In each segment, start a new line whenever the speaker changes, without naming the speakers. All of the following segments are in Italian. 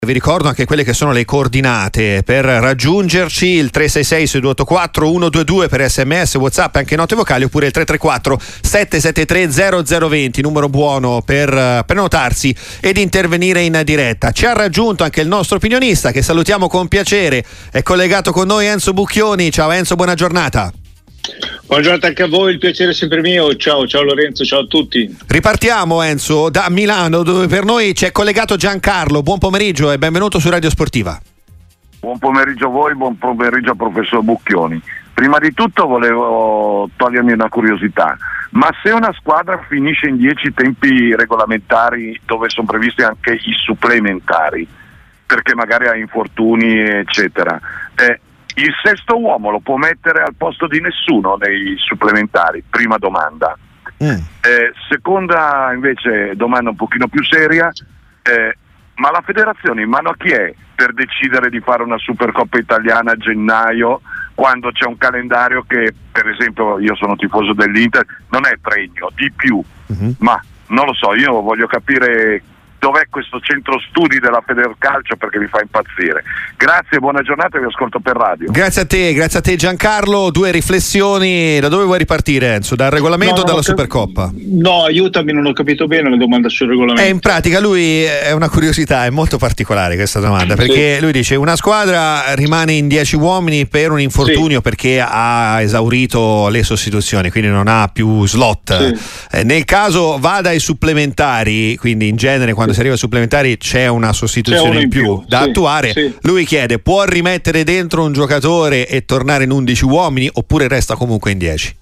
Vi ricordo anche quelle che sono le coordinate per raggiungerci: il 366-6284-122 per SMS, WhatsApp e anche note vocali, oppure il 334-773-0020, numero buono per prenotarsi ed intervenire in diretta. Ci ha raggiunto anche il nostro opinionista, che salutiamo con piacere, è collegato con noi Enzo Bucchioni. Ciao Enzo, buona giornata.
Buona giornata anche a voi, il piacere è sempre mio. Ciao Lorenzo, ciao a tutti.
Ripartiamo Enzo da Milano, dove per noi c'è collegato Giancarlo. Buon pomeriggio e benvenuto su Radio Sportiva.
Buon pomeriggio a voi, buon pomeriggio al professor Bucchioni. Prima di tutto volevo togliermi una curiosità: ma se una squadra finisce in 10 tempi regolamentari, dove sono previsti anche i supplementari, perché magari ha infortuni eccetera, il sesto uomo lo può mettere al posto di nessuno nei supplementari? Prima domanda. Seconda invece domanda un pochino più seria, ma la federazione in mano a chi è per decidere di fare una Supercoppa italiana a gennaio, quando c'è un calendario che, per esempio, io sono tifoso dell'Inter, non è pregno, di più, ma non lo so, io voglio capire dov'è questo centro studi della Federcalcio, perché mi fa impazzire. Grazie, buona giornata e vi ascolto per radio.
Grazie a te Giancarlo. Due riflessioni: da dove vuoi ripartire Enzo? Dal regolamento o dalla Supercoppa?
No, aiutami, non ho capito bene la domanda sul regolamento.
In pratica lui è una curiosità, è molto particolare questa domanda, perché lui dice: una squadra rimane in 10 uomini per un infortunio, perché ha esaurito le sostituzioni, quindi non ha più slot. Nel caso vada ai supplementari, quindi in genere quando si arriva ai supplementari c'è una sostituzione in più da attuare. Lui chiede: può rimettere dentro un giocatore e tornare in 11 uomini, oppure resta comunque in 10?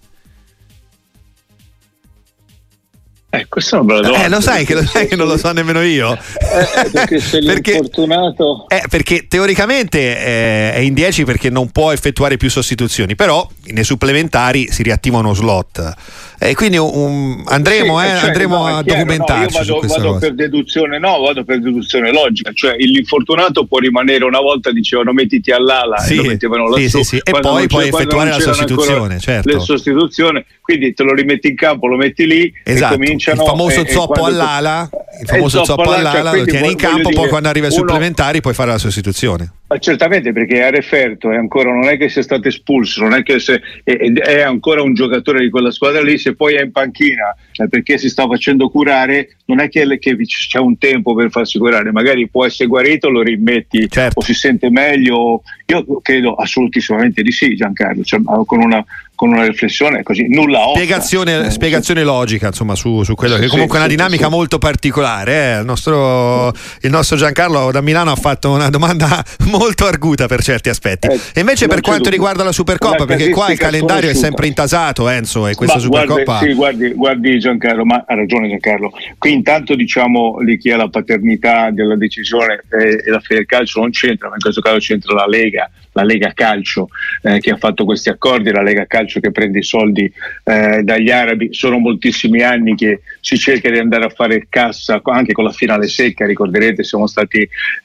Questa è una bella domanda.
Lo sai che non lo so nemmeno io.
Perché se l'infortunato...
perché teoricamente è in 10 perché non può effettuare più sostituzioni, però nei supplementari si riattiva uno slot. Quindi andremo a documentarci su questa cosa.
Vado per deduzione logica, cioè l'infortunato può rimanere, una volta dicevano mettiti all'ala e lo mettevano lassù,
e poi puoi effettuare la sostituzione, certo.
Le sostituzioni, quindi te lo rimetti in campo, lo metti lì,
esatto.
E cominciano
il famoso zoppo all'ala, lo tieni in campo, poi quando arriva ai supplementari puoi fare la sostituzione.
Ma certamente, perché è referto, non è che sia stato espulso, non è che è ancora un giocatore di quella squadra lì. Se poi è in panchina perché si sta facendo curare, non è che c'è un tempo per farsi curare, magari può essere guarito, lo rimetti, o si sente meglio. Io credo assolutissimamente di sì, Giancarlo, cioè, con una riflessione così, nulla osta.
Spiegazione logica, insomma, su quello che comunque è una dinamica molto particolare. Il nostro Giancarlo da Milano ha fatto una domanda molto arguta per certi aspetti. E invece per quanto riguarda la Supercoppa, perché qua il calendario è sempre intasato, Enzo, e questa Supercoppa...
Guardi Giancarlo, ma ha ragione Giancarlo. Qui intanto diciamo lì chi ha la paternità della decisione, e la Federcalcio non c'entra, ma in questo caso c'entra la Lega Calcio, che ha fatto questi accordi, la Lega Calcio che prende i soldi dagli arabi. Sono moltissimi anni che si cerca di andare a fare cassa anche con la finale secca, ricorderete, siamo stati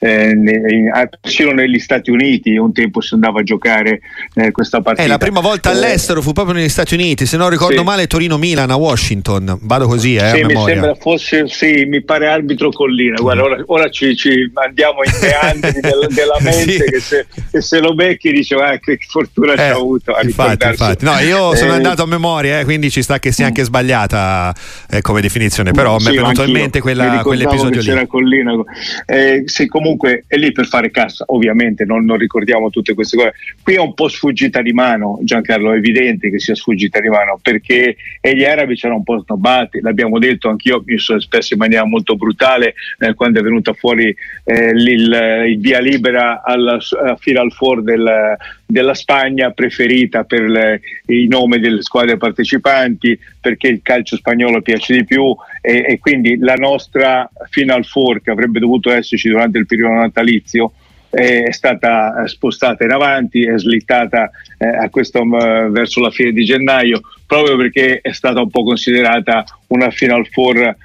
persino negli Stati Uniti un tempo si andava a giocare questa partita.
La prima volta all'estero fu proprio negli Stati Uniti, se non ricordo male, Torino-Milan a Washington, vado così a memoria.
Mi sembra fosse, mi pare arbitro Collina. Guarda, ora ci andiamo in meandri della mente, che se lo becchi dice che fortuna ci ha avuto a
infatti. No, io sono andato a memoria, quindi ci sta che sia anche sbagliata come definizione, però mi è venuto in mente quell'episodio lì.
C'era Collina. Comunque è lì per fare cassa, ovviamente non ricordiamo tutte queste cose. Qui è un po' sfuggita di mano, Giancarlo, è evidente che sia sfuggita di mano, perché gli arabi c'erano un po' snobbati, l'abbiamo detto, anch'io mi sono espresso in maniera molto brutale quando è venuta fuori il via libera alla Final Four della Spagna, preferita per i nomi delle squadre partecipanti, perché il calcio spagnolo piace di più, e quindi la nostra Final Four, che avrebbe dovuto esserci durante il periodo natalizio, è stata spostata in avanti, è slittata verso la fine di gennaio, proprio perché è stata un po' considerata una Final Four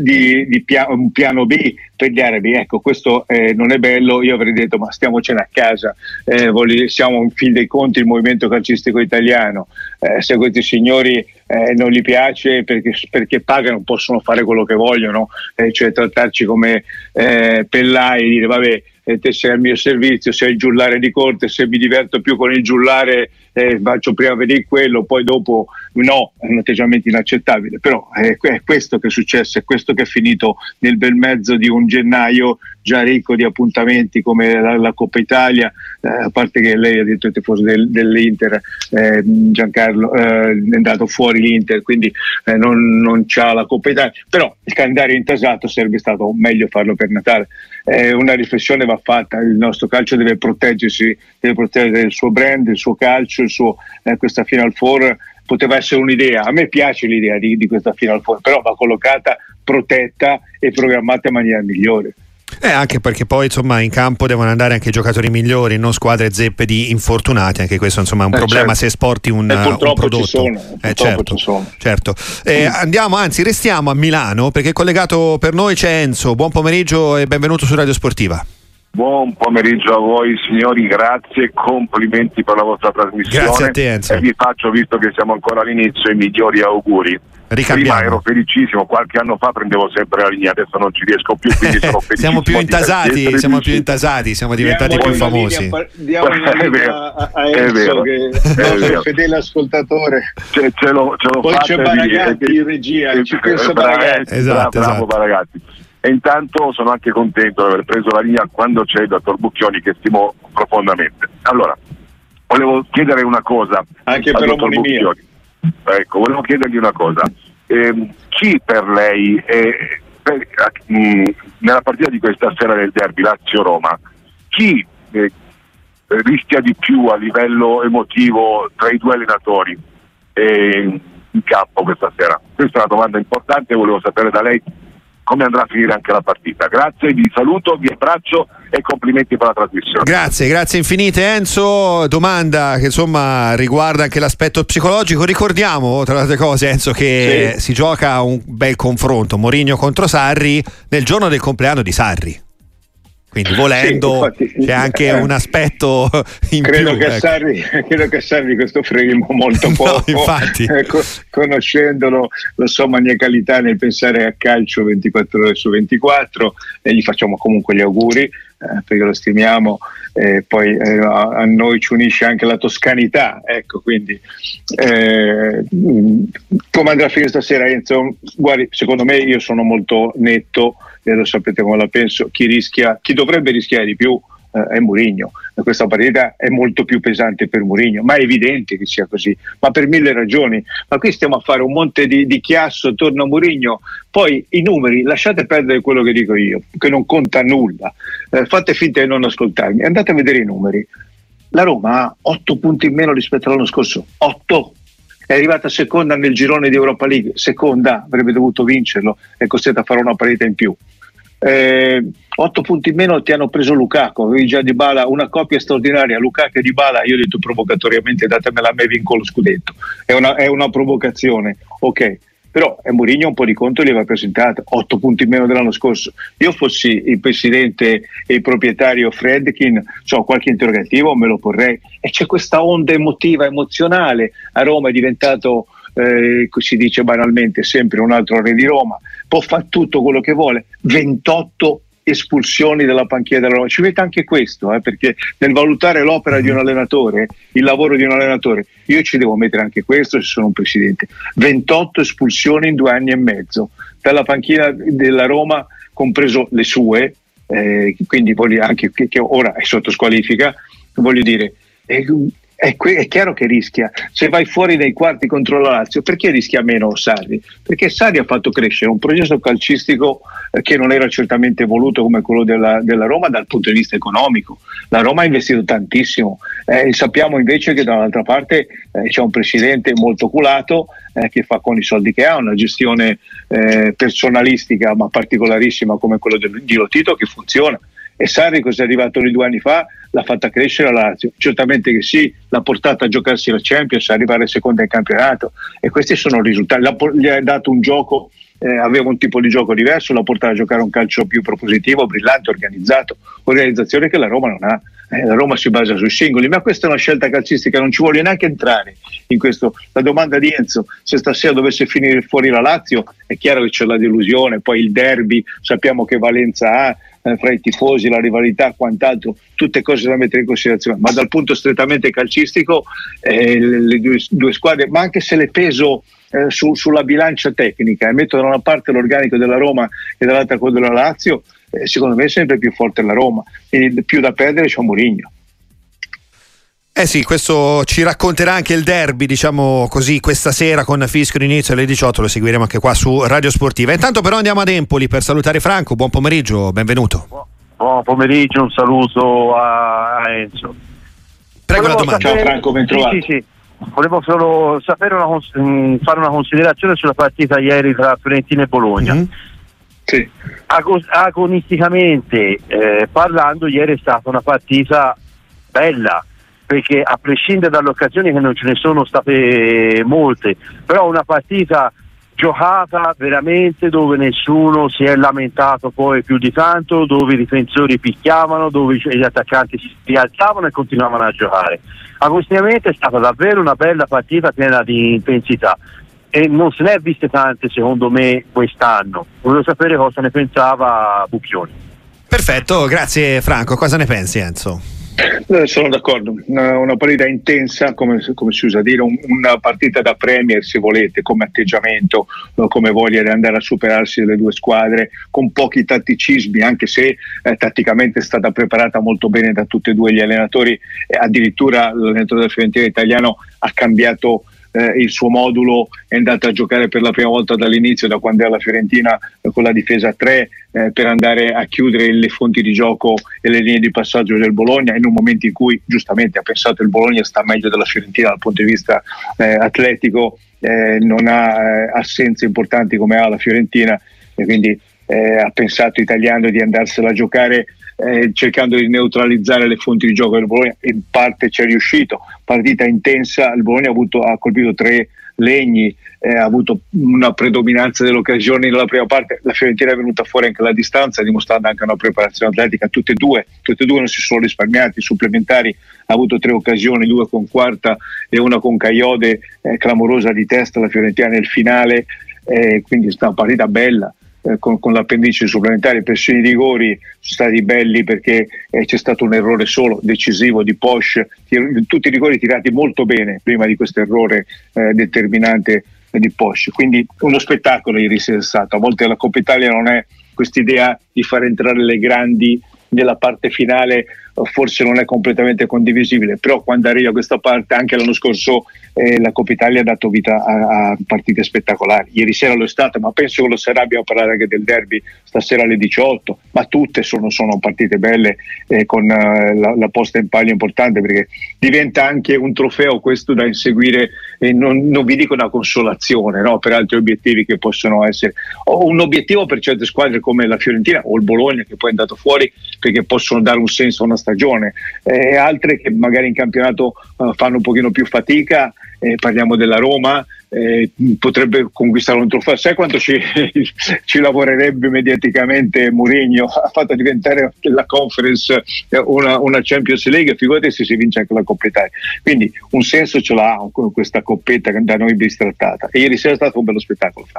un piano B per gli arabi. Ecco, questo non è bello. Io avrei detto ma stiamocene a casa, siamo in fin dei conti il movimento calcistico italiano, se a questi signori non gli piace perché pagano, possono fare quello che vogliono, cioè trattarci come pellai e dire vabbè, te sei al mio servizio, sei il giullare di corte, se mi diverto più con il giullare faccio prima vedere quello, poi dopo no. È un atteggiamento inaccettabile, però è questo che è successo, è questo che è finito nel bel mezzo di un gennaio già ricco di appuntamenti come la Coppa Italia, a parte che lei ha detto il tifoso dell'Inter, Giancarlo, è andato fuori l'Inter, quindi non c'ha la Coppa Italia, però il calendario intasato sarebbe stato meglio farlo per Natale. Una riflessione va fatta, il nostro calcio deve proteggersi, deve proteggere il suo brand, il suo calcio, questa Final Four poteva essere un'idea. A me piace l'idea di questa Final Four, però va collocata, protetta e programmata in maniera migliore.
Anche perché poi insomma in campo devono andare anche giocatori migliori, non squadre zeppe di infortunati, anche questo insomma è un problema, certo, se esporti un prodotto. Certo. Andiamo, anzi restiamo a Milano perché collegato per noi c'è Enzo. Buon pomeriggio e benvenuto su Radio Sportiva.
Buon pomeriggio a voi signori, grazie, complimenti per la vostra trasmissione.
Grazie a te Enzo.
E vi faccio, visto che siamo ancora all'inizio, i migliori auguri. Prima ero felicissimo, qualche anno fa prendevo sempre la linea, adesso non ci riesco più, quindi sono felicissimo.
Siamo più intasati, siamo diventati più famosi.
Diamo una linea a Enzo, che è il nostro fedele ascoltatore.
Ce l'ho
poi
fatta,
c'è Baragatti in regia, ci pensa Baragatti.
Esatto.
Baragatti. E intanto sono anche contento di aver preso la linea quando c'è il dottor Bucchioni, che stimo profondamente. Allora, volevo chiedere una cosa
anche
al
per
dottor Bucchioni. Ecco, volevo chiedergli una cosa. Chi per lei nella partita di questa sera del derby Lazio-Roma, chi rischia di più a livello emotivo tra i due allenatori in campo questa sera? Questa è una domanda importante, volevo sapere da lei come andrà a finire anche la partita. Grazie, vi saluto, vi abbraccio e complimenti per la trasmissione.
Grazie infinite Enzo. Domanda che insomma riguarda anche l'aspetto psicologico. Ricordiamo tra le altre cose Enzo che si gioca un bel confronto Mourinho contro Sarri nel giorno del compleanno di Sarri, quindi volendo c'è anche un aspetto in
credo
più.
Credo che Sarri questo freghi molto poco.
No, infatti.
Conoscendolo, la sua maniacalità nel pensare a calcio 24 ore su 24, e gli facciamo comunque gli auguri perché lo stimiamo, poi a noi ci unisce anche la toscanità, ecco, quindi come andrà a finire stasera Enzo? Guardi, secondo me, io sono molto netto e lo sapete come la penso, chi dovrebbe rischiare di più è Mourinho. Questa partita è molto più pesante per Mourinho, ma è evidente che sia così, ma per mille ragioni. Ma qui stiamo a fare un monte di chiasso attorno a Mourinho, poi i numeri, lasciate perdere quello che dico io, che non conta nulla, fate finta di non ascoltarmi, andate a vedere i numeri. La Roma ha 8 punti in meno rispetto all'anno scorso, 8. È arrivata seconda nel girone di Europa League, seconda, avrebbe dovuto vincerlo, è costretta a fare una partita in più. 8 punti in meno ti hanno preso Lukaku, avevi già Dybala, una coppia straordinaria, Lukaku e Dybala. Io ho detto provocatoriamente datemela a me, vinco lo scudetto, è una provocazione, ok, però Mourinho un po' di conto li aveva presentato, 8 punti in meno dell'anno scorso. Io fossi il presidente e il proprietario Fredkin, qualche interrogativo me lo porrei, e c'è questa onda emozionale. A Roma è diventato si dice banalmente sempre un altro re di Roma, può fare tutto quello che vuole. 28 espulsioni dalla panchina della Roma, ci mette anche questo, perché nel valutare l'opera di un allenatore, il lavoro di un allenatore, io ci devo mettere anche questo se sono un presidente. 28 espulsioni in 2 anni e mezzo dalla panchina della Roma, compreso le sue, quindi anche che ora è sotto squalifica, voglio dire, è chiaro che rischia. Se vai fuori dai quarti contro la Lazio, perché rischia meno Sarri? Perché Sarri ha fatto crescere un progetto calcistico che non era certamente voluto come quello della Roma dal punto di vista economico. La Roma ha investito tantissimo, sappiamo invece che dall'altra parte c'è un presidente molto culato che fa con i soldi che ha una gestione personalistica ma particolarissima come quello di Lotito, che funziona. E Sarri cos'è arrivato lì 2 anni fa? L'ha fatta crescere la Lazio, certamente che sì, l'ha portata a giocarsi la Champions, a arrivare seconda in campionato, e questi sono i risultati. Gli ha dato un gioco, aveva un tipo di gioco diverso, l'ha portato a giocare un calcio più propositivo, brillante, organizzato, organizzazione che la Roma non ha. La Roma si basa sui singoli, ma questa è una scelta calcistica, non ci voglio neanche entrare in questo. La domanda di Enzo, se stasera dovesse finire fuori la Lazio, è chiaro che c'è la delusione, poi il derby, sappiamo che valenza ha fra i tifosi, la rivalità, quant'altro, tutte cose da mettere in considerazione, ma dal punto strettamente calcistico le due squadre, ma anche se le peso sulla bilancia tecnica e metto da una parte l'organico della Roma e dall'altra quello della Lazio, secondo me è sempre più forte la Roma, e più da perdere c'è Mourinho.
Sì, questo ci racconterà anche il derby, diciamo così, questa sera con fischio d'inizio alle 18, lo seguiremo anche qua su Radio Sportiva. Intanto però andiamo ad Empoli per salutare Franco. Buon pomeriggio, benvenuto.
Buon pomeriggio, un saluto a Enzo.
Prego la domanda.
Ciao Franco, ben trovato.
Sì. Volevo solo sapere fare una considerazione sulla partita ieri tra Fiorentina e Bologna.
Mm-hmm.
Sì.
Agonisticamente parlando, ieri è stata una partita bella, perché a prescindere dalle occasioni, che non ce ne sono state molte, però una partita giocata veramente, dove nessuno si è lamentato poi più di tanto, dove i difensori picchiavano, dove gli attaccanti si rialzavano e continuavano a giocare. Agostinamente è stata davvero una bella partita piena di intensità, e non se ne è viste tante secondo me quest'anno. Volevo sapere cosa ne pensava Bucchioni.
Perfetto, grazie Franco. Cosa ne pensi, Enzo?
Sono d'accordo, una partita intensa, come si usa dire, una partita da Premier, se volete, come atteggiamento, come voglia di andare a superarsi le due squadre, con pochi tatticismi, anche se tatticamente è stata preparata molto bene da tutti e due gli allenatori. Addirittura l'allenatore della Fiorentina italiano ha cambiato il suo modulo, è andato a giocare per la prima volta dall'inizio, da quando è alla Fiorentina, con la difesa a 3, per andare a chiudere le fonti di gioco e le linee di passaggio del Bologna, in un momento in cui giustamente ha pensato il Bologna sta meglio della Fiorentina dal punto di vista atletico, non ha assenze importanti come ha la Fiorentina, e quindi ha pensato italiano di andarsela a giocare cercando di neutralizzare le fonti di gioco del Bologna. In parte ci è riuscito. Partita intensa, il Bologna ha colpito 3 legni, ha avuto una predominanza delle occasioni nella prima parte. La Fiorentina è venuta fuori anche alla distanza, dimostrando anche una preparazione atletica. Tutte e due non si sono risparmiati, supplementari. Ha avuto 3 occasioni, 2 con Quarta e una con Caiode, clamorosa di testa la Fiorentina nel finale, quindi è stata una partita bella. Con l'appendice supplementare, pressioni di rigori sono stati belli, perché c'è stato un errore solo decisivo di Posch, tutti i rigori tirati molto bene prima di questo errore determinante di Posch, quindi uno spettacolo ieri sera è stato. A volte la Coppa Italia non è quest'idea di far entrare le grandi nella parte finale, forse non è completamente condivisibile, però quando arriva questa parte, anche l'anno scorso la Coppa Italia ha dato vita a partite spettacolari. Ieri sera lo è stata, ma penso che lo sarà. Abbiamo parlato anche del derby stasera alle 18, ma tutte sono partite belle, con la posta in palio importante, perché diventa anche un trofeo questo da inseguire, e non vi dico una consolazione, no, per altri obiettivi che possono essere, o un obiettivo per certe squadre come la Fiorentina o il Bologna, che poi è andato fuori perché possono dare un senso a una stagione, e altre che magari in campionato fanno un pochino più fatica. Parliamo della Roma, potrebbe conquistare un trofeo. Sai quanto ci lavorerebbe mediaticamente Mourinho? Ha fatto diventare la Conference una Champions League, figurati se si vince anche la Coppa Italia. Quindi un senso ce l'ha questa coppetta da noi bistrattata, e ieri sera è stato un bello spettacolo.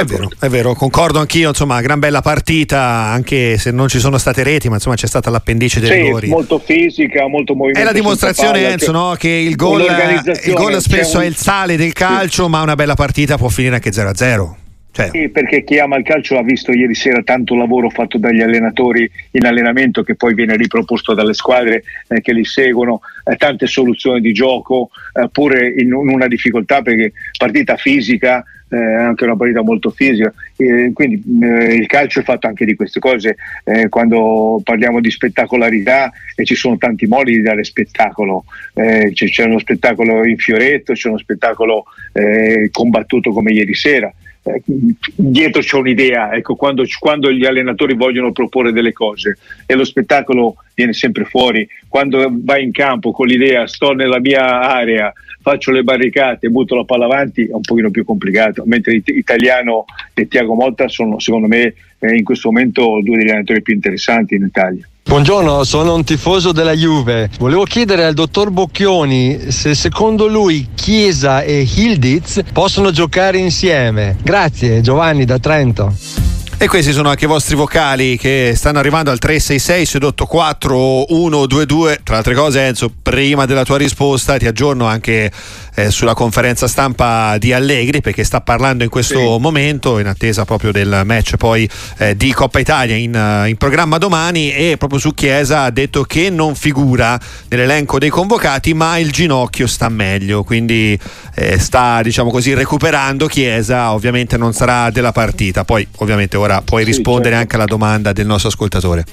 È vero, concordo anch'io, insomma, gran bella partita, anche se non ci sono state reti, ma insomma c'è stata l'appendice dei rigori.
Molto fisica, molto movimento.
È la dimostrazione, Enzo, no? Che il gol spesso è il sale del calcio, ma una bella partita può finire anche 0-0.
Sì, perché chi ama il calcio ha visto ieri sera tanto lavoro fatto dagli allenatori in allenamento, che poi viene riproposto dalle squadre che li seguono, tante soluzioni di gioco, pure in una difficoltà, perché partita fisica, anche una partita molto fisica, quindi il calcio è fatto anche di queste cose. Quando parliamo di spettacolarità, ci sono tanti modi di dare spettacolo, c'è uno spettacolo in fioretto, c'è uno spettacolo combattuto come ieri sera. dietro c'è un'idea, ecco, quando gli allenatori vogliono proporre delle cose e lo spettacolo viene sempre fuori, quando vai in campo con l'idea sto nella mia area, faccio le barricate, butto la palla avanti, è un pochino più complicato, mentre Italiano e Thiago Motta sono secondo me in questo momento due degli allenatori più interessanti in Italia.
Buongiorno, sono un tifoso della Juve. Volevo chiedere al dottor Bocchioni se secondo lui Chiesa e Yildiz possono giocare insieme. Grazie, Giovanni da Trento.
E questi sono anche i vostri vocali che stanno arrivando al 366 684 122. Tra le altre cose, Enzo, prima della tua risposta ti aggiorno anche sulla conferenza stampa di Allegri, perché sta parlando in questo momento in attesa proprio del match poi di Coppa Italia in programma domani, e proprio su Chiesa ha detto che non figura nell'elenco dei convocati, ma il ginocchio sta meglio, quindi sta, diciamo così, recuperando Chiesa. Ovviamente non sarà della partita. Poi ovviamente ora puoi rispondere anche alla domanda del nostro ascoltatore.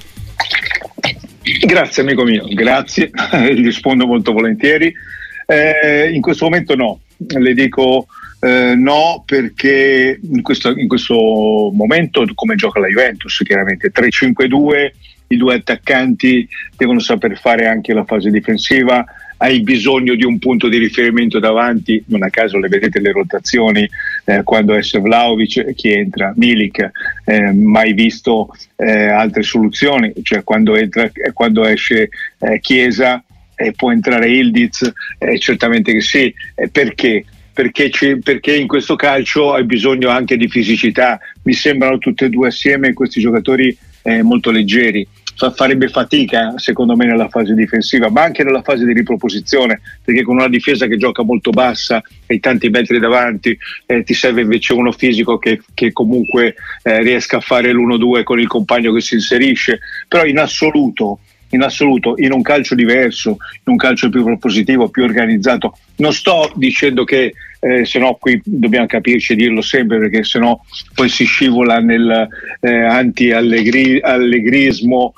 Grazie amico mio, grazie, rispondo molto volentieri. In questo momento no, le dico no, perché in questo momento, come gioca la Juventus, chiaramente 3-5-2, i due attaccanti devono saper fare anche la fase difensiva, hai bisogno di un punto di riferimento davanti, non a caso le vedete le rotazioni, quando esce Vlahovic chi entra, Milik, mai visto altre soluzioni, cioè quando esce Chiesa può entrare Yildiz, certamente che sì. Perché in questo calcio hai bisogno anche di fisicità, mi sembrano tutti e due assieme questi giocatori molto leggeri. Farebbe fatica secondo me nella fase difensiva, ma anche nella fase di riproposizione, perché con una difesa che gioca molto bassa e tanti metri davanti ti serve invece uno fisico che comunque riesca a fare l'1-2 con il compagno che si inserisce. Però in assoluto in un calcio diverso, in un calcio più propositivo, più organizzato, non sto dicendo che se no qui dobbiamo capirci e dirlo sempre, perché se no poi si scivola nel anti-allegrismo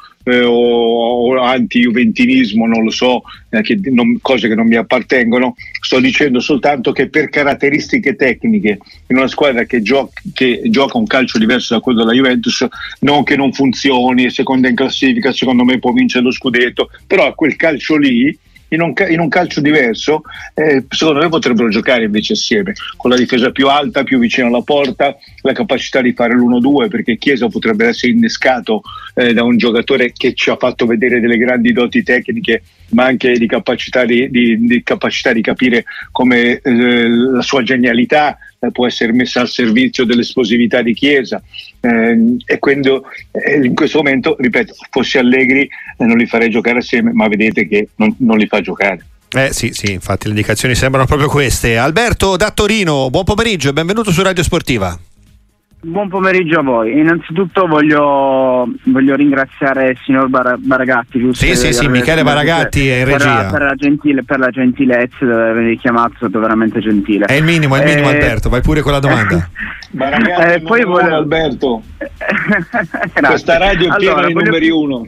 o anti-juventinismo, non lo so, cose che non mi appartengono. Sto dicendo soltanto che per caratteristiche tecniche in una squadra che gioca un calcio diverso da quello della Juventus, non che non funzioni, è seconda in classifica, secondo me può vincere lo scudetto, però a quel calcio lì, in un calcio diverso, secondo me potrebbero giocare invece assieme, con la difesa più alta, più vicino alla porta, la capacità di fare l'1-2, perché Chiesa potrebbe essere innescato da un giocatore che ci ha fatto vedere delle grandi doti tecniche, ma anche di capacità di capire come la sua genialità può essere messa al servizio dell'esplosività di Chiesa, e quindi in questo momento, ripeto, fossi Allegri non li farei giocare assieme, ma vedete che non li fa giocare.
Sì, infatti le indicazioni sembrano proprio queste. Alberto da Torino, buon pomeriggio e benvenuto su Radio Sportiva.
Buon pomeriggio a voi. Innanzitutto voglio ringraziare il signor Baragatti, giusto?
Sì, Michele Baragatti è in regia.
Per la gentilezza di avermi chiamato, è stato veramente gentile.
È il minimo Alberto, vai pure con la domanda.
Baragatti, poi Alberto. Questa radio è piena di numeri uno.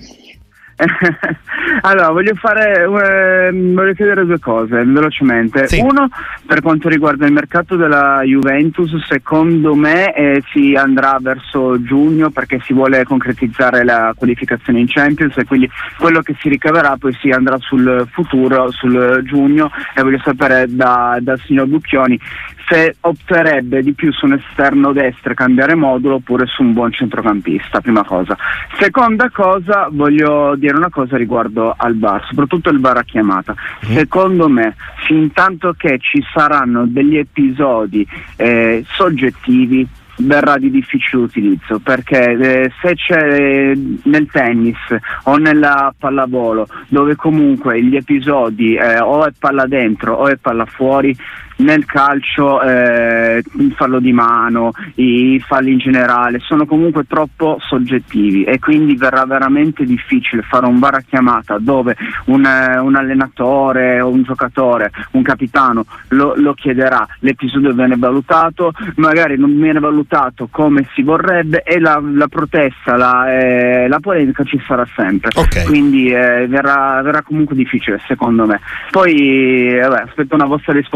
Allora voglio chiedere due cose velocemente.
Sì.
Uno, per quanto riguarda il mercato della Juventus, secondo me si andrà verso giugno, perché si vuole concretizzare la qualificazione in Champions, e quindi quello che si ricaverà poi si andrà sul futuro, sul giugno, e voglio sapere dal signor Bucchioni se opterebbe di più su un esterno destro, cambiare modulo, oppure su un buon centrocampista. Prima cosa. Seconda cosa, voglio dire una cosa riguardo al VAR, soprattutto il VAR a chiamata. Secondo me, fin tanto che ci saranno degli episodi soggettivi, verrà di difficile utilizzo, perché se c'è nel tennis o nella pallavolo, dove comunque gli episodi o è palla dentro o è palla fuori, nel calcio il fallo di mano, i falli in generale sono comunque troppo soggettivi, e quindi verrà veramente difficile fare un VAR a chiamata dove un allenatore o un giocatore, un capitano lo chiederà, l'episodio viene valutato, magari non viene valutato come si vorrebbe, e la protesta, la polemica ci sarà sempre.
Okay.
Quindi verrà comunque difficile secondo me. Poi aspetto una vostra risposta alla vostra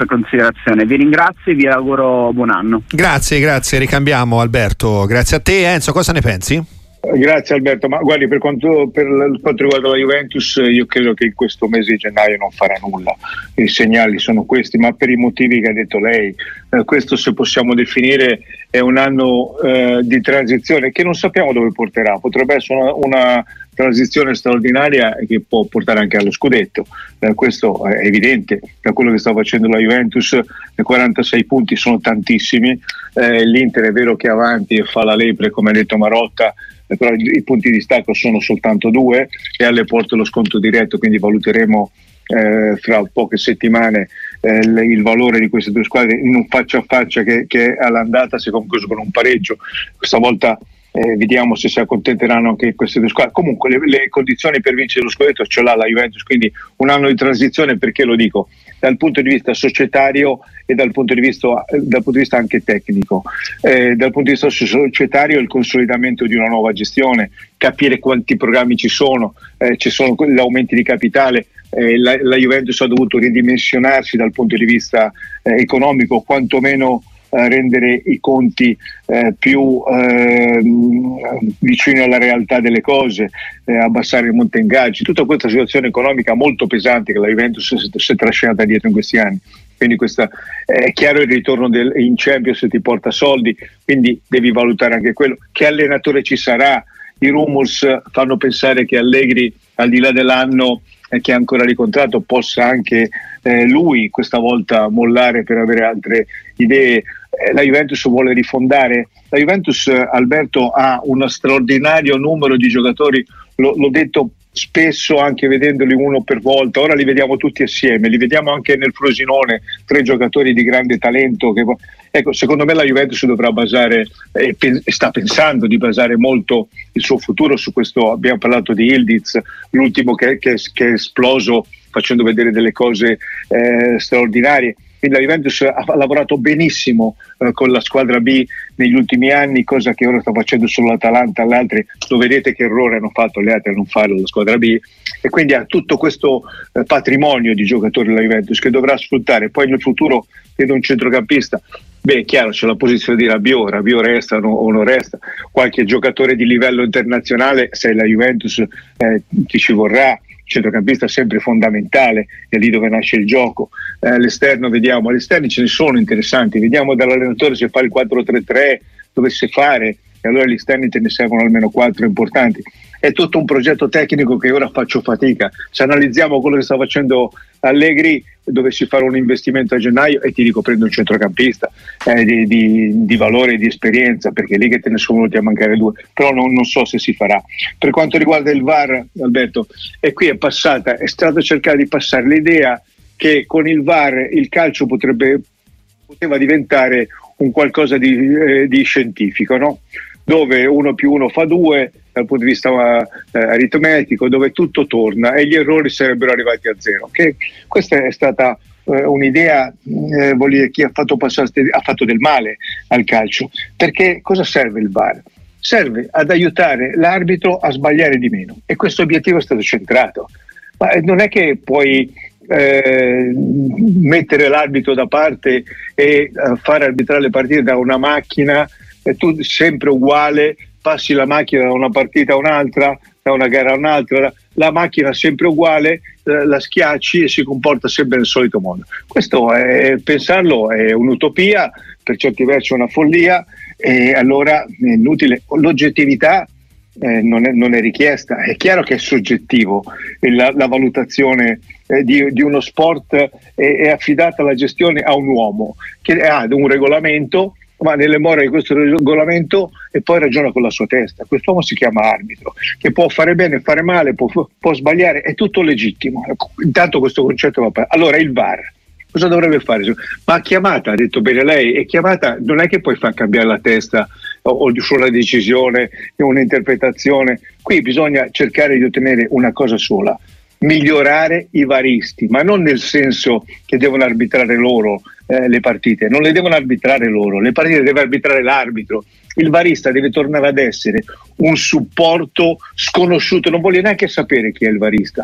considerazione. Vi ringrazio e vi auguro buon anno.
Grazie, ricambiamo Alberto, grazie a te. Enzo, cosa ne pensi?
Grazie Alberto, ma guardi, per quanto riguarda la Juventus, io credo che in questo mese di gennaio non farà nulla, i segnali sono questi, ma per i motivi che ha detto lei, questo, se possiamo definire, è un anno di transizione che non sappiamo dove porterà. Potrebbe essere una transizione straordinaria che può portare anche allo scudetto, questo è evidente da quello che sta facendo la Juventus. 46 punti sono tantissimi, l'Inter è vero che è avanti e fa la lepre, come ha detto Marotta, però i punti di stacco sono soltanto 2 e alle porte lo sconto diretto, quindi valuteremo fra poche settimane il valore di queste due squadre in un faccia a faccia che all'andata si è concluso con un pareggio. Questa volta vediamo se si accontenteranno anche queste due squadre. Comunque le condizioni per vincere lo scudetto ce l'ha la Juventus, quindi un anno di transizione. Perché lo dico? Dal punto di vista societario e dal punto di vista anche tecnico. Dal punto di vista societario, il consolidamento di una nuova gestione, capire quanti programmi ci sono gli aumenti di capitale. La Juventus ha dovuto ridimensionarsi dal punto di vista economico, quantomeno rendere i conti più vicini alla realtà delle cose, abbassare il monte ingaggi, tutta questa situazione economica molto pesante che la Juventus si è trascinata dietro in questi anni. Quindi è chiaro, il ritorno in Champions ti porta soldi, quindi devi valutare anche quello. Che allenatore ci sarà? I rumors fanno pensare che Allegri, al di là dell'anno che ha ancora di contratto, possa anche lui questa volta mollare per avere altre idee. La Juventus vuole rifondare. La Juventus, Alberto, ha uno straordinario numero di giocatori, l'ho detto spesso anche vedendoli uno per volta, ora li vediamo tutti assieme, li vediamo anche nel Frosinone, 3 giocatori di grande talento ecco, secondo me la Juventus dovrà basare sta pensando di basare molto il suo futuro su questo. Abbiamo parlato di Yildiz, l'ultimo che è esploso facendo vedere delle cose straordinarie. Quindi la Juventus ha lavorato benissimo con la squadra B negli ultimi anni, cosa che ora sta facendo solo l'Atalanta. Gli altri lo vedete che errore hanno fatto gli altri a non farlo, la squadra B, e quindi ha tutto questo patrimonio di giocatori della Juventus che dovrà sfruttare. Poi nel futuro vedo un centrocampista, è chiaro, c'è la posizione di Rabiot resta o non resta, qualche giocatore di livello internazionale, se la Juventus ti ci vorrà. Centrocampista sempre fondamentale, è lì dove nasce il gioco. L'esterno, vediamo, agli esterni ce ne sono interessanti, vediamo dall'allenatore se fa il 4-3-3 dovesse fare, e allora agli esterni te ne servono almeno 4 importanti. È tutto un progetto tecnico che ora faccio fatica. Se analizziamo quello che sta facendo Allegri, dovessi fare un investimento a gennaio, e ti dico, prendo un centrocampista di valore e di esperienza, perché lì che te ne sono venuti a mancare 2, però non so se si farà. Per quanto riguarda il VAR, Alberto, e qui è stato cercare di passare l'idea che con il VAR il calcio poteva diventare un qualcosa di scientifico, no? Dove 1 più 1 fa 2 dal punto di vista aritmetico, dove tutto torna e gli errori sarebbero arrivati a 0. Questa è stata un'idea, vuol dire, chi ha fatto del male al calcio. Perché cosa serve il VAR? Serve ad aiutare l'arbitro a sbagliare di meno, e questo obiettivo è stato centrato. Ma non è che puoi mettere l'arbitro da parte e fare arbitrare le partite da una macchina, tu sempre uguale, passi la macchina da una partita a un'altra, da una gara a un'altra, la macchina sempre uguale, la schiacci e si comporta sempre nel solito modo. Questo pensarlo è un'utopia, per certi versi una follia, e allora è inutile. L'oggettività non è richiesta. È chiaro che è soggettivo, la valutazione di uno sport è affidata alla gestione a un uomo che ha un regolamento, ma nelle more di questo regolamento, e poi ragiona con la sua testa. Quest'uomo si chiama arbitro, che può fare bene, fare male, può sbagliare, è tutto legittimo. Intanto questo concetto va. Allora il VAR cosa dovrebbe fare? Ma chiamata, ha detto bene lei, è chiamata, non è che poi fa cambiare la testa o sulla decisione, un'interpretazione. Qui bisogna cercare di ottenere una cosa sola: migliorare i varisti, ma non nel senso che devono arbitrare loro le partite, non le devono arbitrare loro, le partite deve arbitrare l'arbitro. Il varista deve tornare ad essere un supporto sconosciuto, non voglio neanche sapere chi è il varista,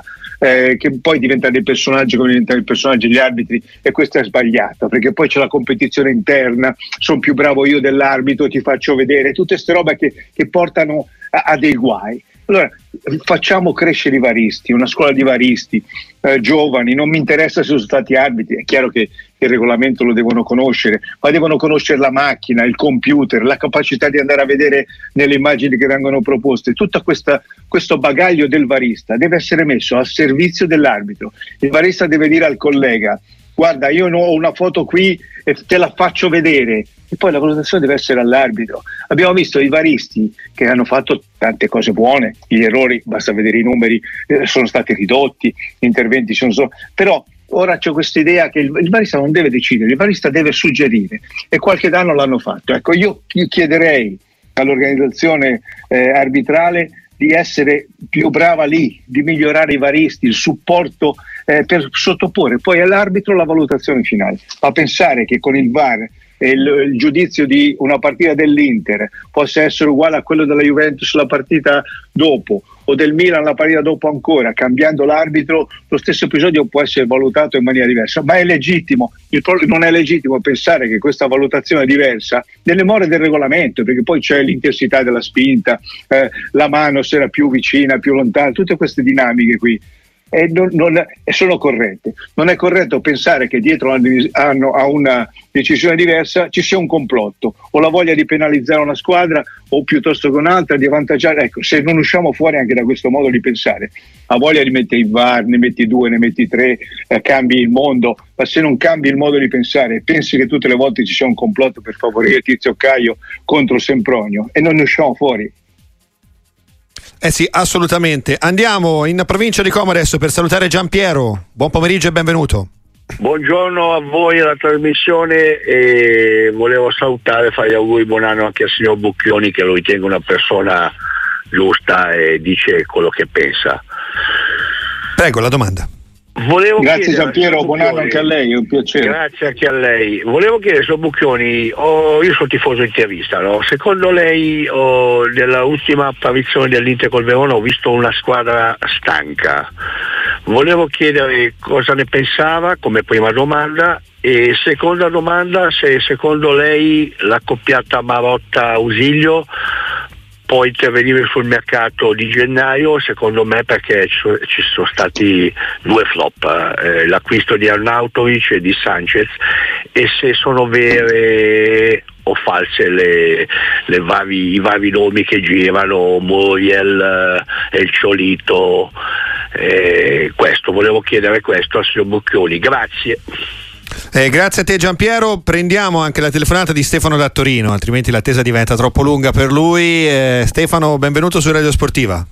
che poi diventano dei personaggi come diventano i personaggi gli arbitri, e questo è sbagliato, perché poi c'è la competizione interna, sono più bravo io dell'arbitro, ti faccio vedere, tutte queste robe che portano a dei guai. Allora facciamo crescere i varisti, una scuola di varisti giovani, non mi interessa se sono stati arbitri, è chiaro che il regolamento lo devono conoscere, ma devono conoscere la macchina, il computer, la capacità di andare a vedere nelle immagini che vengono proposte. Tutto questo bagaglio del varista deve essere messo al servizio dell'arbitro. Il varista deve dire al collega: guarda, io ho una foto qui e te la faccio vedere, e poi la valutazione deve essere all'arbitro. Abbiamo visto i varisti che hanno fatto tante cose buone, gli errori, basta vedere i numeri, sono stati ridotti, gli interventi però ora c'è questa idea che il varista non deve decidere, il varista deve suggerire, e qualche danno l'hanno fatto. Ecco, io chiederei all'organizzazione arbitrale di essere più brava lì, di migliorare i varisti, il supporto per sottoporre poi all'arbitro la valutazione finale. Ma pensare che con il VAR il giudizio di una partita dell'Inter possa essere uguale a quello della Juventus la partita dopo, o del Milan la partita dopo ancora, cambiando l'arbitro, lo stesso episodio può essere valutato in maniera diversa, ma è legittimo. Non è legittimo pensare che questa valutazione diversa nelle more del regolamento, perché poi c'è l'intensità della spinta, la mano se era più vicina, più lontana, tutte queste dinamiche qui sono corrette. Non è corretto pensare che dietro a una decisione diversa ci sia un complotto, o la voglia di penalizzare una squadra o piuttosto che un'altra, di avvantaggiare. Ecco, se non usciamo fuori anche da questo modo di pensare, ha voglia di mettere il VAR, ne metti 2, ne metti 3, cambi il mondo, ma se non cambi il modo di pensare, pensi che tutte le volte ci sia un complotto per favorire Tizio Caio contro Sempronio, e non ne usciamo fuori.
Sì, assolutamente. Andiamo in provincia di Como adesso per salutare Giampiero. Buon pomeriggio e benvenuto.
Buongiorno a voi alla trasmissione, e volevo salutare e fare gli auguri buon anno anche al signor Bucchioni, che lo ritengo una persona giusta e dice quello che pensa.
Prego, la domanda.
Grazie Giampiero, buon anno anche a lei, è un piacere.
Grazie anche a lei. Volevo chiedere, signor Bucchioni, io sono tifoso interista, no? Secondo lei nella ultima apparizione dell'Inter col Verona ho visto una squadra stanca. Volevo chiedere cosa ne pensava come prima domanda, e seconda domanda, se secondo lei l'accoppiata Marotta-Ausilio può intervenire sul mercato di gennaio. Secondo me, perché ci sono stati 2 flop, l'acquisto di Arnautovic e di Sanchez, e se sono vere o false i vari nomi che girano, Muriel e il Ciolito. Questo volevo chiedere questo al signor Bucchioni. Grazie.
Grazie a te Giampiero. Prendiamo anche la telefonata di Stefano da Torino, altrimenti l'attesa diventa troppo lunga per lui. Stefano, benvenuto su Radio Sportiva.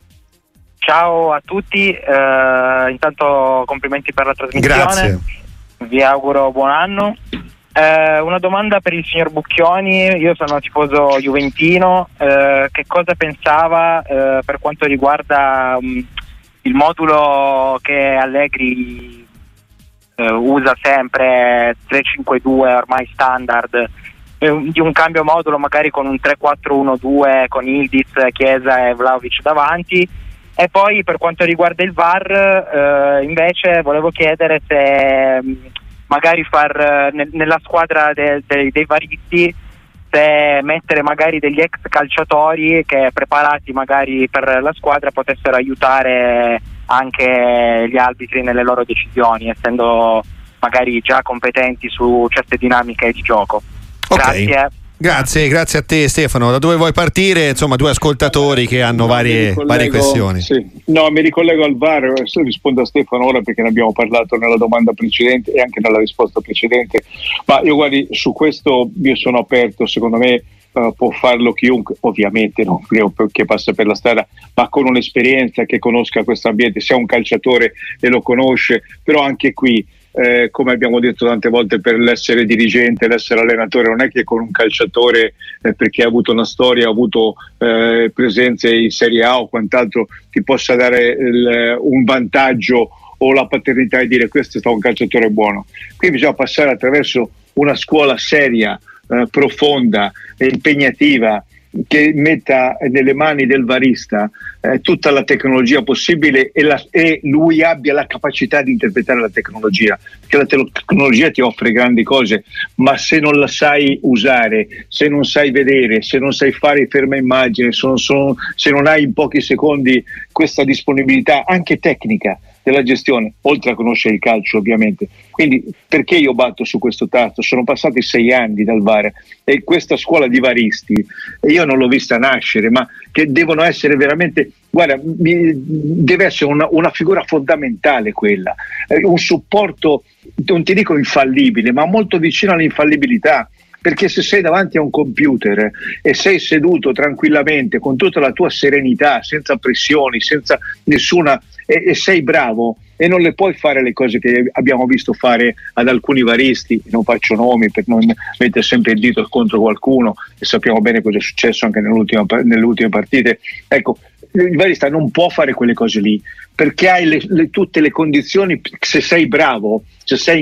Ciao a tutti, intanto complimenti per la trasmissione.
Grazie.
Vi auguro buon anno. Una domanda per il signor Bucchioni. Io sono tifoso juventino, che cosa pensava per quanto riguarda il modulo che Allegri usa sempre, 3-5-2 ormai standard, di un cambio modulo magari con un 3-4-1-2 con Ildiz, Chiesa e Vlahovic davanti? E poi per quanto riguarda il VAR, invece volevo chiedere se magari far nella squadra dei varisti, se mettere magari degli ex calciatori che preparati magari per la squadra potessero aiutare anche gli arbitri nelle loro decisioni, essendo magari già competenti su certe dinamiche di gioco.
Okay. Grazie a te Stefano. Da dove vuoi partire? Insomma, 2 ascoltatori che hanno varie questioni.
Sì. No, mi ricollego al VAR, rispondo a Stefano ora perché ne abbiamo parlato nella domanda precedente e anche nella risposta precedente, ma io guardi, su questo io sono aperto, secondo me può farlo chiunque, ovviamente non che passa per la strada, ma con un'esperienza, che conosca questo ambiente, sia un calciatore e lo conosce, però anche qui come abbiamo detto tante volte, per l'essere dirigente, l'essere allenatore, non è che con un calciatore perché ha avuto una storia, ha avuto presenze in Serie A o quant'altro, ti possa dare un vantaggio o la paternità e dire questo è stato un calciatore buono. Qui bisogna passare attraverso una scuola seria, profonda, impegnativa, che metta nelle mani del varista tutta la tecnologia possibile e lui abbia la capacità di interpretare la tecnologia, perché la tecnologia ti offre grandi cose, ma se non la sai usare, se non sai vedere, se non sai fare ferma immagine, se non hai in pochi secondi questa disponibilità anche tecnica della gestione, oltre a conoscere il calcio ovviamente. Quindi perché io batto su questo tasto? Sono passati 6 anni dal VAR e questa scuola di varisti io non l'ho vista nascere, ma che devono essere veramente, guarda, deve essere una figura fondamentale quella, un supporto, non ti dico infallibile, ma molto vicino all'infallibilità. Perché se sei davanti a un computer e sei seduto tranquillamente con tutta la tua serenità, senza pressioni, senza nessuna, e sei bravo e non le puoi fare le cose che abbiamo visto fare ad alcuni varisti, non faccio nomi per non mettere sempre il dito contro qualcuno, e sappiamo bene cosa è successo anche nelle ultime partite. Ecco, il varista non può fare quelle cose lì, perché hai tutte le condizioni, se sei bravo, se sei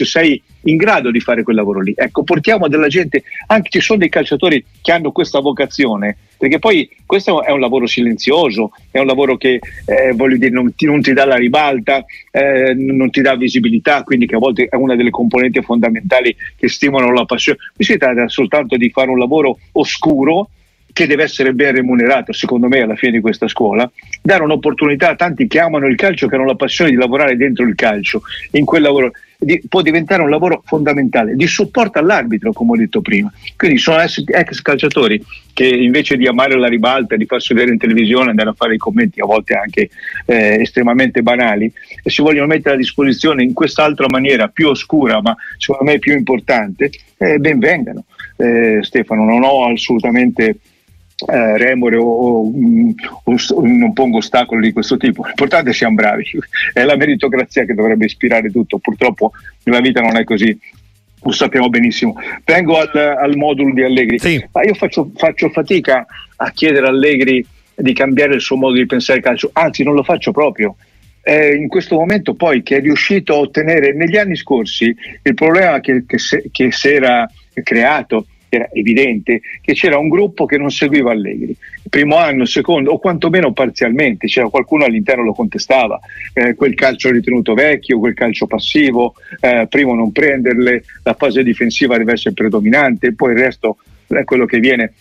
in grado di fare quel lavoro lì. Ecco, portiamo della gente, anche ci sono dei calciatori che hanno questa vocazione, perché poi questo è un lavoro silenzioso, è un lavoro che voglio dire non ti dà la ribalta, non ti dà visibilità, quindi che a volte è una delle componenti fondamentali che stimolano la passione. Qui si tratta soltanto di fare un lavoro oscuro che deve essere ben remunerato, secondo me, alla fine di questa scuola, dare un'opportunità a tanti che amano il calcio, che hanno la passione di lavorare dentro il calcio, in quel lavoro può diventare un lavoro fondamentale di supporto all'arbitro, come ho detto prima. Quindi sono ex calciatori che invece di amare la ribalta, di farsi vedere in televisione, andare a fare i commenti a volte anche estremamente banali, e si vogliono mettere a disposizione in quest'altra maniera più oscura, ma secondo me più importante, ben vengano. Stefano, non ho assolutamente remore o non pongo ostacoli di questo tipo. L'importante è che siamo bravi, è la meritocrazia che dovrebbe ispirare tutto. Purtroppo la vita non è così, lo sappiamo benissimo. Vengo al modulo di Allegri.
Sì.
Ma io faccio fatica a chiedere a Allegri di cambiare il suo modo di pensare al calcio, anzi non lo faccio proprio. In questo momento poi che è riuscito a ottenere negli anni scorsi, il problema che si era creato era evidente, che c'era un gruppo che non seguiva Allegri, il primo anno, il secondo, o quantomeno parzialmente, c'era qualcuno all'interno lo contestava, quel calcio ritenuto vecchio, quel calcio passivo, primo non prenderle, la fase difensiva deve essere predominante, poi il resto è quello che viene.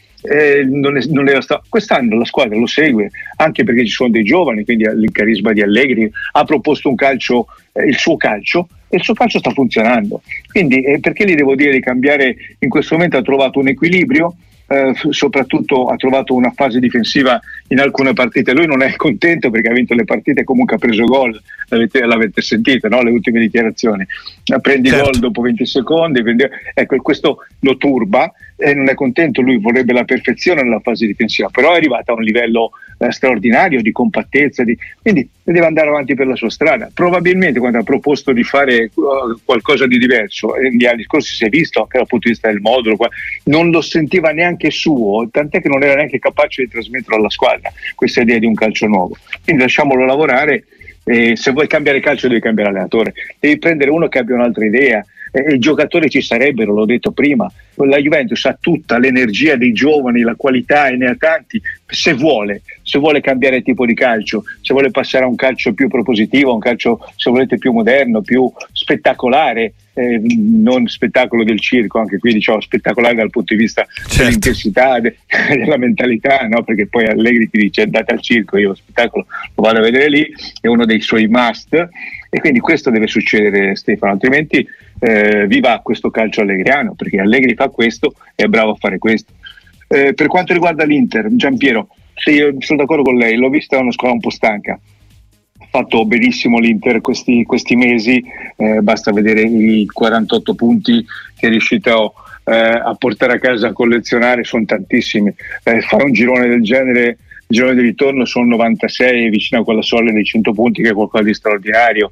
Non era quest'anno la squadra lo segue, anche perché ci sono dei giovani, quindi il carisma di Allegri ha proposto un calcio, il suo calcio, e il suo calcio sta funzionando. Quindi perché gli devo dire di cambiare? In questo momento ha trovato un equilibrio, soprattutto ha trovato una fase difensiva in alcune partite. Lui non è contento perché ha vinto le partite, comunque ha preso gol, l'avete sentito, no? Le ultime dichiarazioni, prendi gol dopo 20 secondi, ecco, questo lo turba e non è contento. Lui vorrebbe la perfezione nella fase difensiva, però è arrivato a un livello straordinario di compattezza, quindi deve andare avanti per la sua strada. Probabilmente quando ha proposto di fare qualcosa di diverso negli anni scorsi, si è visto anche dal punto di vista del modulo, non lo sentiva neanche suo, tant'è che non era neanche capace di trasmetterlo alla squadra questa idea di un calcio nuovo. Quindi lasciamolo lavorare. Se vuoi cambiare calcio devi cambiare allenatore, devi prendere uno che abbia un'altra idea. I giocatori ci sarebbero, l'ho detto prima, la Juventus ha tutta l'energia dei giovani, la qualità, e ne ha tanti, se vuole cambiare tipo di calcio, se vuole passare a un calcio più propositivo, a un calcio, se volete, più moderno, più spettacolare, non spettacolo del circo, anche qui diciamo spettacolare dal punto di vista dell'intensità, della mentalità, no? Perché poi Allegri ti dice andate al circo, io lo spettacolo lo vado a vedere lì, è uno dei suoi must, e quindi questo deve succedere, Stefano, altrimenti viva questo calcio allegriano, perché Allegri fa questo e è bravo a fare questo. Per quanto riguarda l'Inter, Giampiero, sì, io sono d'accordo con lei, l'ho vista una squadra un po' stanca, ha fatto benissimo l'Inter questi mesi, basta vedere i 48 punti che è riuscito a portare a casa, a collezionare, sono tantissimi. Fare un girone del genere, il girone di ritorno sono 96, vicino a quella soglia dei 100 punti, che è qualcosa di straordinario.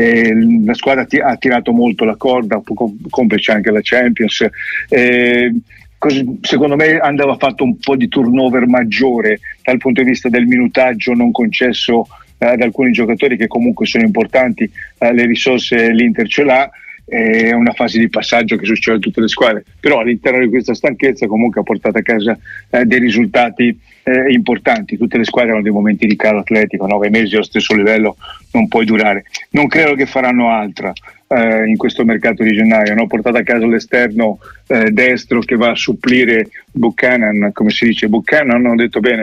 La squadra ha tirato molto la corda, complice anche la Champions. Secondo me andava fatto un po' di turnover maggiore dal punto di vista del minutaggio non concesso ad alcuni giocatori che comunque sono importanti. Le risorse l'Inter ce l'ha, è una fase di passaggio che succede a tutte le squadre, però all'interno di questa stanchezza comunque ha portato a casa dei risultati importanti. Tutte le squadre hanno dei momenti di calo atletico, 9 mesi allo stesso livello non puoi durare. Non credo che faranno altro in questo mercato di gennaio. Hanno portato a casa l'esterno destro che va a supplire Buchanan, come si dice Buchanan, ho detto bene?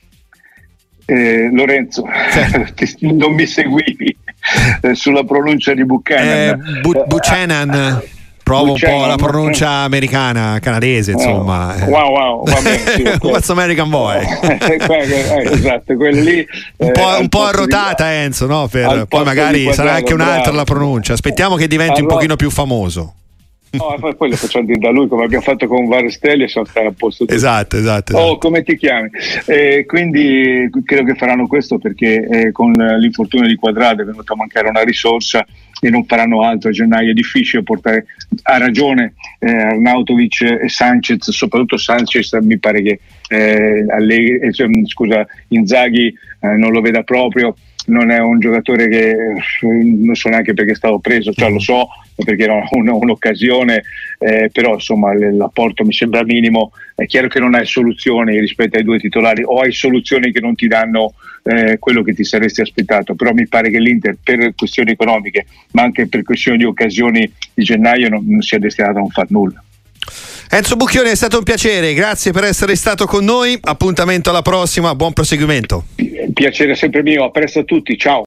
Lorenzo, non mi seguivi sulla pronuncia di Buchanan.
Buchanan. Provo un po' la pronuncia americana, canadese, insomma.
Wow, va bene. Sì, okay.
What's American Boy?
Esatto, quello lì.
Un po' arrotata, Enzo, no? Poi magari sarà anche un'altra la pronuncia. Aspettiamo che diventi un pochino più famoso.
No, poi lo facciamo dire da lui, come abbiamo fatto con Varestelli, e siamo stati a posto tutti.
Esatto.
Oh, come ti chiami? Quindi credo che faranno questo, perché con l'infortunio di Quadrado è venuta a mancare una risorsa e non faranno altro. A gennaio è difficile portare, ha ragione Arnautovic e Sanchez, soprattutto Sanchez mi pare che Inzaghi non lo veda proprio. Non è un giocatore che non so neanche perché è stato preso, cioè lo so perché era un'occasione, però insomma l'apporto mi sembra minimo. È chiaro che non hai soluzioni rispetto ai due titolari, o hai soluzioni che non ti danno quello che ti saresti aspettato, però mi pare che l'Inter, per questioni economiche ma anche per questioni di occasioni di gennaio, non sia destinato a non far nulla.
Enzo Bucchioni, è stato un piacere, grazie per essere stato con noi, appuntamento alla prossima, buon proseguimento.
Piacere sempre mio, a presto a tutti, ciao.